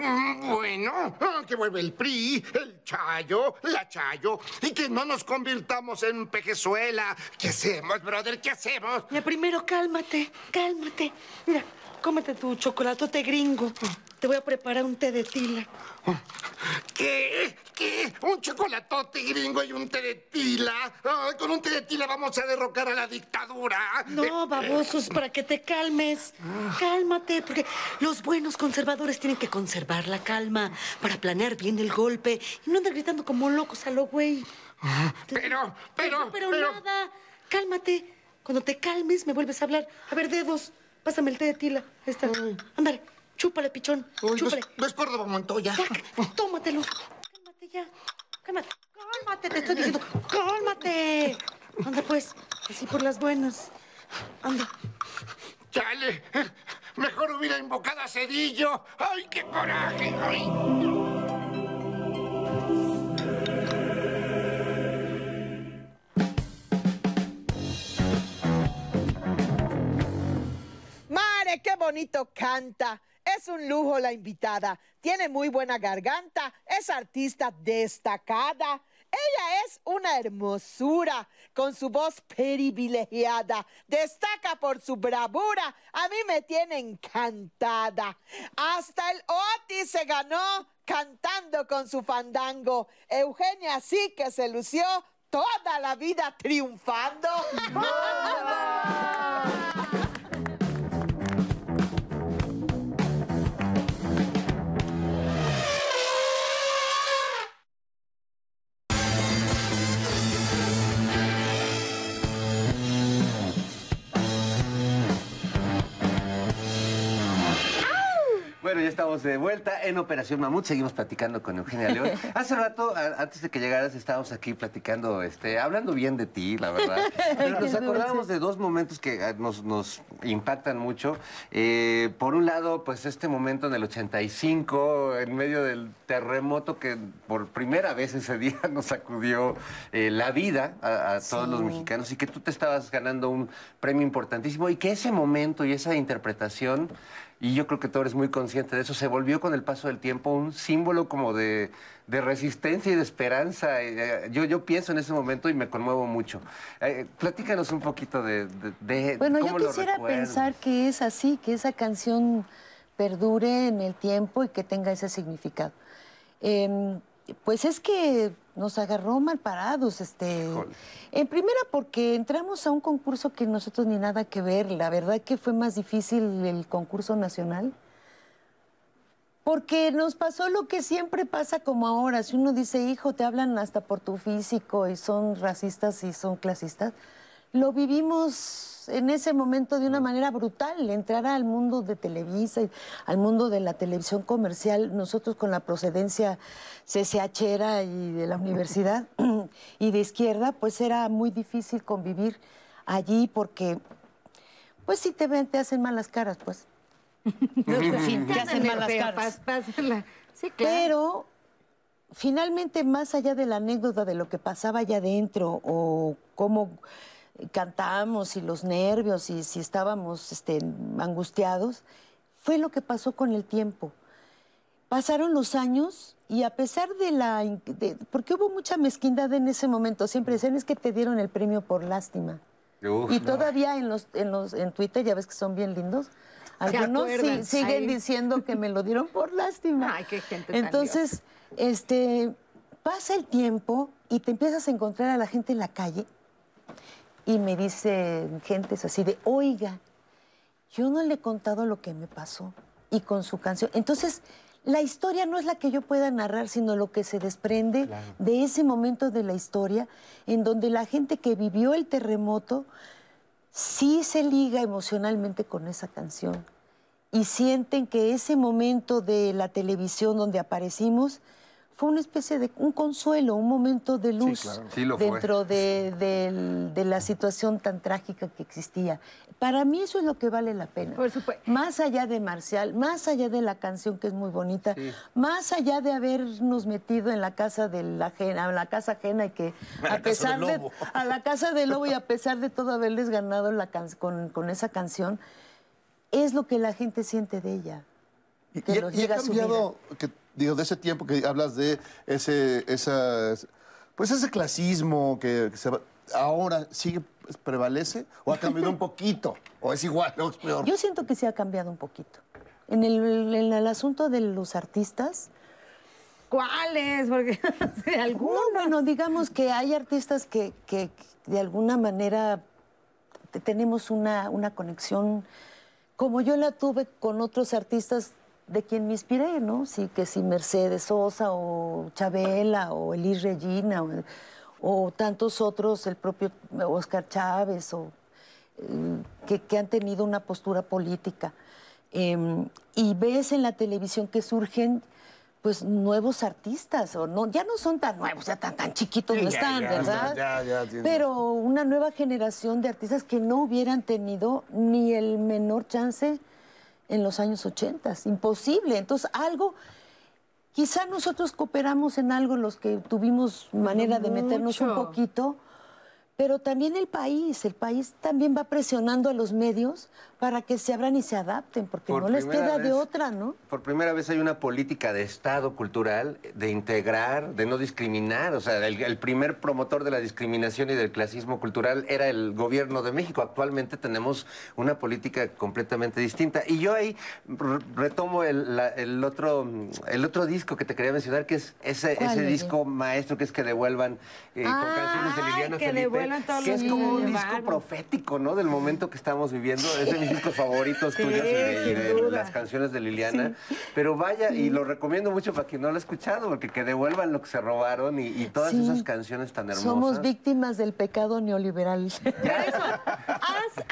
que vuelva el PRI, el Chayo, la Chayo, y que no nos convirtamos en Pejezuela. ¿Qué hacemos, brother? ¿Qué hacemos? Ya, primero cálmate. Mira, cómete tu chocolatote gringo. Te voy a preparar un té de tila. ¿Qué? ¿Un chocolatote gringo y un té de tila? Ay, con un té de tila vamos a derrocar a la dictadura. No, babosos, para que te calmes. Cálmate, porque los buenos conservadores tienen que conservar la calma para planear bien el golpe y no andar gritando como locos a lo güey. Pero nada. Cálmate. Cuando te calmes, me vuelves a hablar. A ver, dedos, pásame el té de tila. Ahí está. Ándale. Chúpale, pichón. Chúpale. No es Córdoba Montoya. Ya, tómatelo. Cálmate ya. Cálmate, te estoy diciendo. Cálmate. Anda, pues. Así por las buenas. Anda. Chale. Mejor hubiera invocado a Cedillo. ¡Ay, qué coraje! ¡Ay! Mare, qué bonito canta. Es un lujo la invitada. Tiene muy buena garganta. Es artista destacada. Ella es una hermosura, con su voz privilegiada. Destaca por su bravura. A mí me tiene encantada. Hasta el Otis se ganó cantando con su fandango. Eugenia sí que se lució toda la vida triunfando. Bueno, ya estamos de vuelta en Operación Mamut. Seguimos platicando con Eugenia León. Hace rato, antes de que llegaras, estábamos aquí platicando, hablando bien de ti, la verdad. Pero nos acordábamos de dos momentos que nos impactan mucho. Por un lado, pues este momento en el 85, en medio del terremoto que por primera vez ese día nos sacudió la vida a todos los mexicanos, y que tú te estabas ganando un premio importantísimo, y que ese momento y esa interpretación, y yo creo que tú eres muy consciente de eso, se volvió con el paso del tiempo un símbolo como de resistencia y de esperanza. Yo pienso en ese momento y me conmuevo mucho. Platícanos un poquito de bueno, cómo yo quisiera pensar que es así, que esa canción perdure en el tiempo y que tenga ese significado. Pues es que nos agarró mal parados, en primera porque entramos a un concurso que nosotros ni nada que ver. La verdad que fue más difícil el concurso nacional, porque nos pasó lo que siempre pasa como ahora. Si uno dice, hijo, te hablan hasta por tu físico y son racistas y son clasistas, lo vivimos en ese momento de una manera brutal. Entrar al mundo de Televisa y al mundo de la televisión comercial, nosotros con la procedencia CCHera y de la universidad y de izquierda, pues era muy difícil convivir allí porque, pues si te ven, te hacen malas caras, pues. Sí, te hacen malas caras. Sí, claro. Pero finalmente, más allá de la anécdota de lo que pasaba allá adentro o cómo cantábamos y los nervios y si estábamos angustiados, fue lo que pasó con el tiempo. Pasaron los años y a pesar porque hubo mucha mezquindad en ese momento, siempre decían, es que te dieron el premio por lástima. Y todavía en Twitter, ya ves que son bien lindos, algunos siguen diciendo que me lo dieron por lástima. Ay, qué gente tan Entonces, pasa el tiempo y te empiezas a encontrar a la gente en la calle y me dicen gentes así de, oiga, yo no le he contado lo que me pasó, y con su canción. Entonces, la historia no es la que yo pueda narrar, sino lo que se desprende de ese momento de la historia, en donde la gente que vivió el terremoto sí se liga emocionalmente con esa canción y sienten que ese momento de la televisión donde aparecimos fue una especie de un consuelo, un momento de luz dentro de la situación tan trágica que existía. Para mí eso es lo que vale la pena. Por supuesto. Más allá de Marcial, más allá de la canción que es muy bonita, más allá de habernos metido en la casa de la ajena, en la casa ajena y que a la casa del lobo y a pesar de todo haberles ganado con esa canción, es lo que la gente siente de ella. Y ha cambiado, de ese tiempo que hablas de ese clasismo que ahora prevalece, o ha cambiado un poquito, o es igual, o es peor. Yo siento que sí ha cambiado un poquito. En el asunto de los artistas. ¿Cuáles? Porque algunos. No, bueno, digamos que hay artistas que de alguna manera tenemos una conexión, como yo la tuve con otros artistas de quien me inspiré, ¿no? Sí, que si Mercedes Sosa o Chabela o Elis Regina o tantos otros, el propio Oscar Chávez, que han tenido una postura política. Y ves en la televisión que surgen pues nuevos artistas, ya no son tan nuevos, ya tan chiquitos no están, ¿verdad? Pero una nueva generación de artistas que no hubieran tenido ni el menor chance en los años 80, imposible. Entonces, quizá nosotros cooperamos en algo, los que tuvimos manera de meternos un poquito, pero también el país también va presionando a los medios para que se abran y se adapten, porque no les queda de otra, ¿no? Por primera vez hay una política de Estado cultural, de integrar, de no discriminar. O sea, el primer promotor de la discriminación y del clasismo cultural era el gobierno de México. Actualmente tenemos una política completamente distinta. Y yo ahí retomo el otro disco que te quería mencionar, que es ese disco maestro, que es Que Devuelvan, con canciones de Liliana Felipe, que es como un disco profético, ¿no? Del momento que estamos viviendo. Es de mis discos favoritos tuyos y de las canciones de Liliana. Pero vaya, y lo recomiendo mucho para quien no lo ha escuchado, porque Que Devuelvan lo que se robaron y todas esas canciones tan hermosas. Somos víctimas del pecado neoliberal. Por eso, has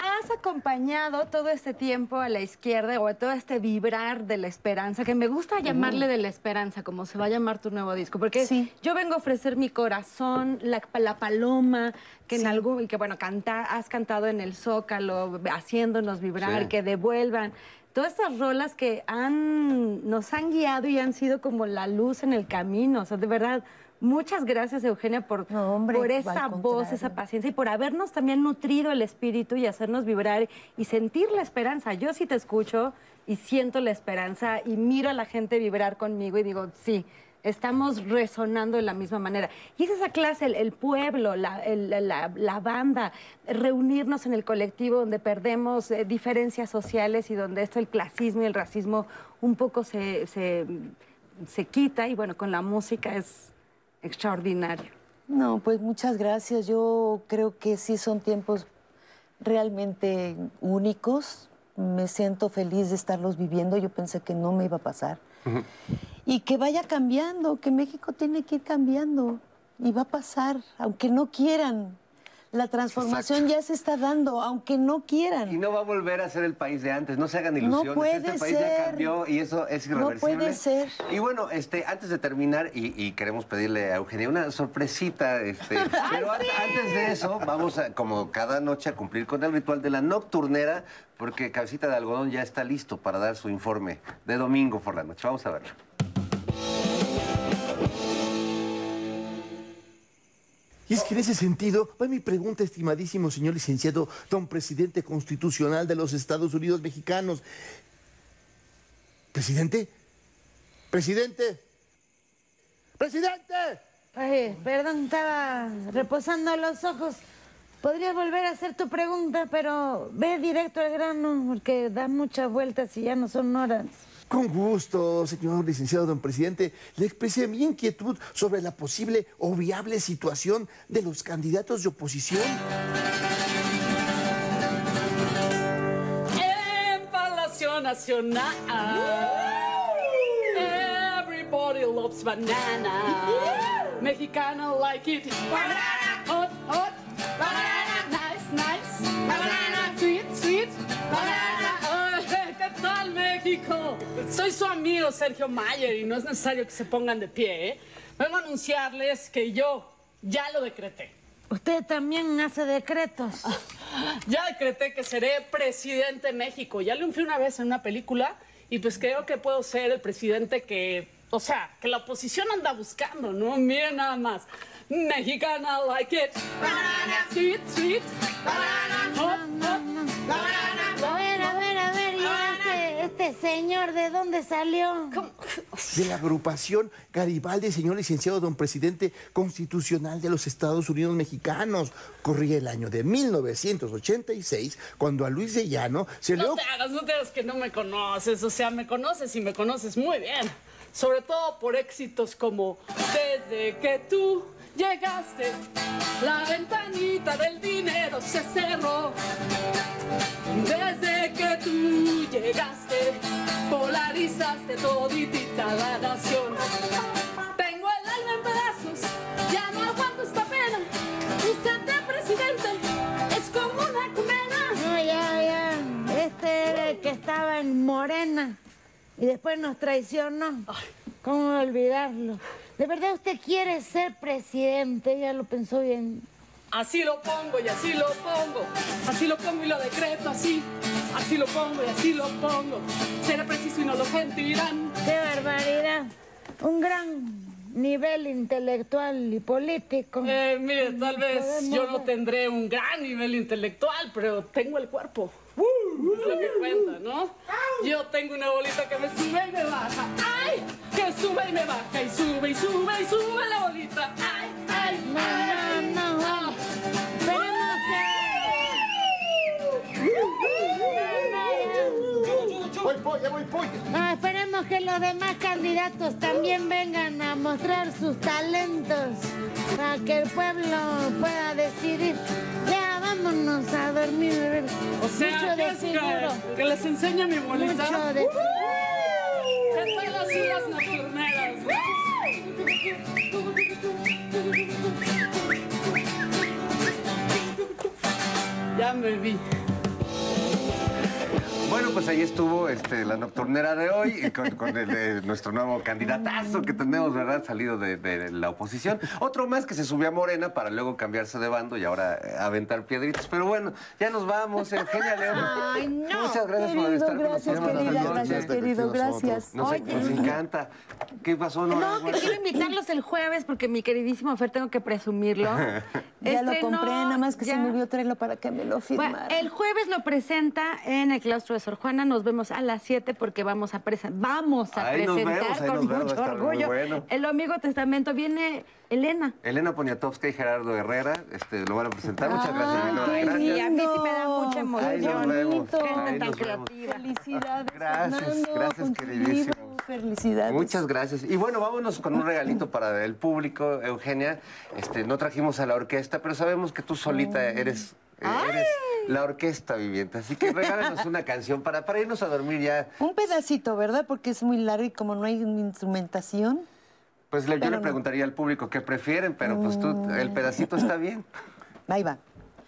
acompañado todo este tiempo a la izquierda o a todo este vibrar de la esperanza, que me gusta llamarle de la esperanza, como se va a llamar tu nuevo disco, porque yo vengo a ofrecer mi corazón, la paloma, que en algo, y que bueno, has cantado en el Zócalo, haciéndonos vibrar, que devuelvan. Todas estas rolas que nos han guiado y han sido como la luz en el camino. O sea, de verdad, muchas gracias, Eugenia, por esa voz, esa paciencia y por habernos también nutrido el espíritu y hacernos vibrar y sentir la esperanza. Yo sí te escucho y siento la esperanza y miro a la gente vibrar conmigo y digo, sí, estamos resonando de la misma manera. Y es esa clase, el pueblo, la banda, reunirnos en el colectivo donde perdemos diferencias sociales y donde el clasismo y el racismo un poco se quita y bueno, con la música es extraordinario. No, pues muchas gracias. Yo creo que sí son tiempos realmente únicos. Me siento feliz de estarlos viviendo. Yo pensé que no me iba a pasar. Y que vaya cambiando, que México tiene que ir cambiando. Y va a pasar, aunque no quieran. La transformación ya se está dando, aunque no quieran. Y no va a volver a ser el país de antes, no se hagan ilusiones. No puede este país ya cambió y eso es irreversible. No puede ser. Y bueno, antes de terminar, y queremos pedirle a Eugenia una sorpresita, pero antes de eso, vamos a, como cada noche, a cumplir con el ritual de la nocturnera, porque Cabecita de Algodón ya está listo para dar su informe de domingo por la noche. Vamos a verlo. Y es que en ese sentido va mi pregunta, estimadísimo señor licenciado, don presidente constitucional de los Estados Unidos mexicanos. ¿Presidente? ¿Presidente? ¡Presidente! Ay, perdón, estaba reposando los ojos. Podrías volver a hacer tu pregunta, pero ve directo al grano, porque da muchas vueltas y ya no son horas. Con gusto, señor licenciado, don presidente. Le expresé mi inquietud sobre la posible o viable situación de los candidatos de oposición. En Palacio Nacional, everybody loves banana. Mexicana like it. Banana, hot, hot. Banana, nice, nice. Banana, sweet, sweet. Banana. ¿Qué tal, México? Soy su amigo Sergio Mayer y no es necesario que se pongan de pie, ¿eh? Vengo a anunciarles que yo ya lo decreté. ¿Usted también hace decretos? Ya decreté que seré presidente de México. Ya lo inflé una vez en una película y pues creo que puedo ser el presidente que, o sea, que la oposición anda buscando, ¿no? Miren nada más. Mexicana like it. Banana, sweet, sweet. Banana, hot, hot. Banana. A ver, ¿y este señor de dónde salió? ¿Cómo? De la agrupación Garibaldi, señor licenciado, don presidente constitucional de los Estados Unidos mexicanos. Corría el año de 1986, cuando a Luis de Llano se le... No te hagas que no me conoces. O sea, me conoces y me conoces muy bien. Sobre todo por éxitos como Desde que tú llegaste, la ventanita del dinero se cerró. Desde que tú llegaste, polarizaste toditita la nación. Tengo el alma en pedazos, ya no aguanto esta pena. Usted de presidente es como una condena. No, ya. Este era el que estaba en Morena y después nos traicionó. ¿Cómo olvidarlo? ¿De verdad usted quiere ser presidente? Ya lo pensó bien. Así lo pongo y así lo pongo. Así lo pongo y lo decreto así. Así lo pongo y así lo pongo. Será preciso y no lo sentirán. ¡Qué barbaridad! Un gran nivel intelectual y político. Mire, tal vez yo no tendré un gran nivel intelectual, pero tengo el cuerpo. Es lo que cuenta, ¿no? Yo tengo una bolita que me sube y me baja. ¡Ay! Que sube y me baja y sube y sube y sube la bolita. ¡Ay! ¡Ay! No. Esperemos que los demás candidatos también vengan a mostrar sus talentos para que el pueblo pueda decidir. Ya, vámonos a dormir. O sea, mucho de figuro. Que les enseñe mi bolita. Mucho de ¿Qué tal así las nocturneras? Ya me vi. bueno, pues ahí estuvo la nocturnera de hoy con nuestro nuevo candidatazo que tenemos, ¿verdad? Salido de la oposición. Otro más que se subió a Morena para luego cambiarse de bando y ahora aventar piedritas. Pero bueno, ya nos vamos. Eugenia León. Ay, no. Muchas gracias Querido, por estar gracias, con nosotros. querida, gracias, querido, gracias. Nos encanta. ¿Qué pasó, Nora? No, que quiero invitarlos el jueves porque mi queridísimo Fer, tengo que presumirlo. Ya lo compré, nada más que se me olvidó traerlo para que me lo firmara. Bueno, el jueves lo presenta en el claustro de Sor Juana. Nos vemos a las 7 porque vamos a presentar con mucho orgullo el Amigo Testamento. Viene Elena. Elena Poniatowska y Gerardo Herrera lo van a presentar. Muchas gracias, mi Nora. Gracias. Sí, a mí sí me da mucha emoción. Gente tan creativa. Felicidades, gracias, Fernando, gracias, queridísimo. Felicidades. Muchas gracias. Y bueno, vámonos con un regalito para el público, Eugenia. No trajimos a la orquesta, pero sabemos que tú solita eres la orquesta viviente. Así que regálanos una canción para irnos a dormir ya. Un pedacito, ¿verdad? Porque es muy largo y como no hay instrumentación. Pues yo le preguntaría al público qué prefieren, pero pues tú, el pedacito está bien. Ahí va.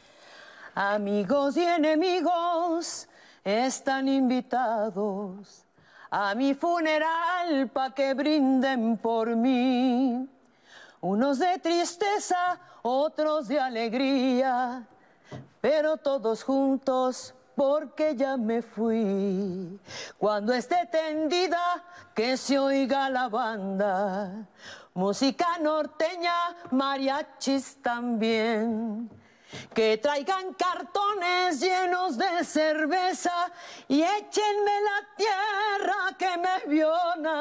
Amigos y enemigos están invitados a mi funeral pa' que brinden por mí. Unos de tristeza, otros de alegría, pero todos juntos porque ya me fui. Cuando esté tendida, que se oiga la banda, música norteña, mariachis también. Que traigan cartones llenos de cerveza y échenme la tierra que me vio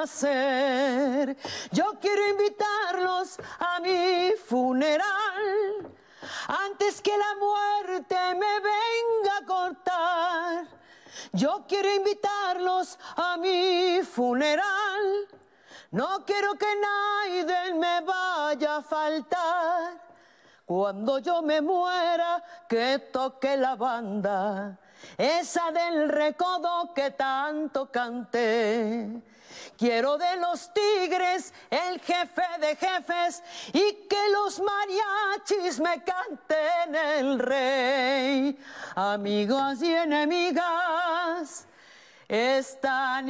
nacer. Yo quiero invitarlos a mi funeral antes que la muerte me venga a cortar. Yo quiero invitarlos a mi funeral. No quiero que nadie me vaya a faltar. Cuando yo me muera, que toque la banda, esa del recodo que tanto canté. Quiero de los Tigres el jefe de jefes y que los mariachis me canten el rey. Amigos y enemigas están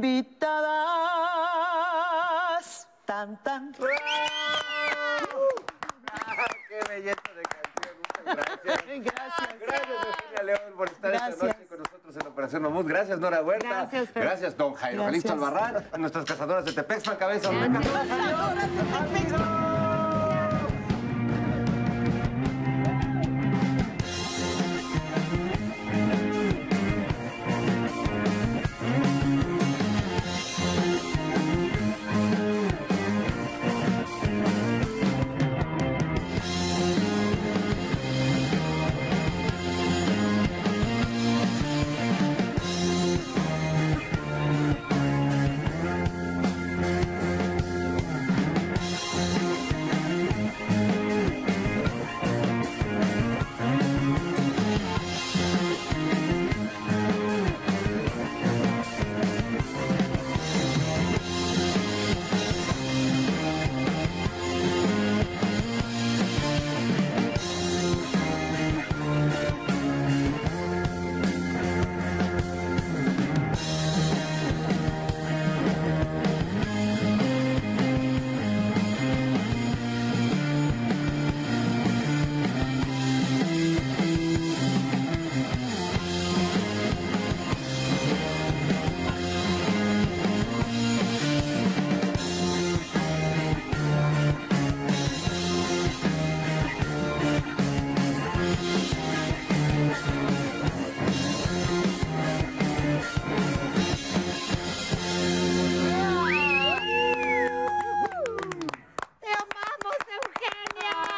invitadas. Tan, tan. ¡Qué belleza de canción! Muchas gracias. Gracias, Eugenia León, por estar esta noche con nosotros en Operación Mamut. Gracias, Nora Huerta. Gracias, don Jairo Calixto Albarrán, nuestras cazadoras de Tepexpan, Cabeza. Amigos.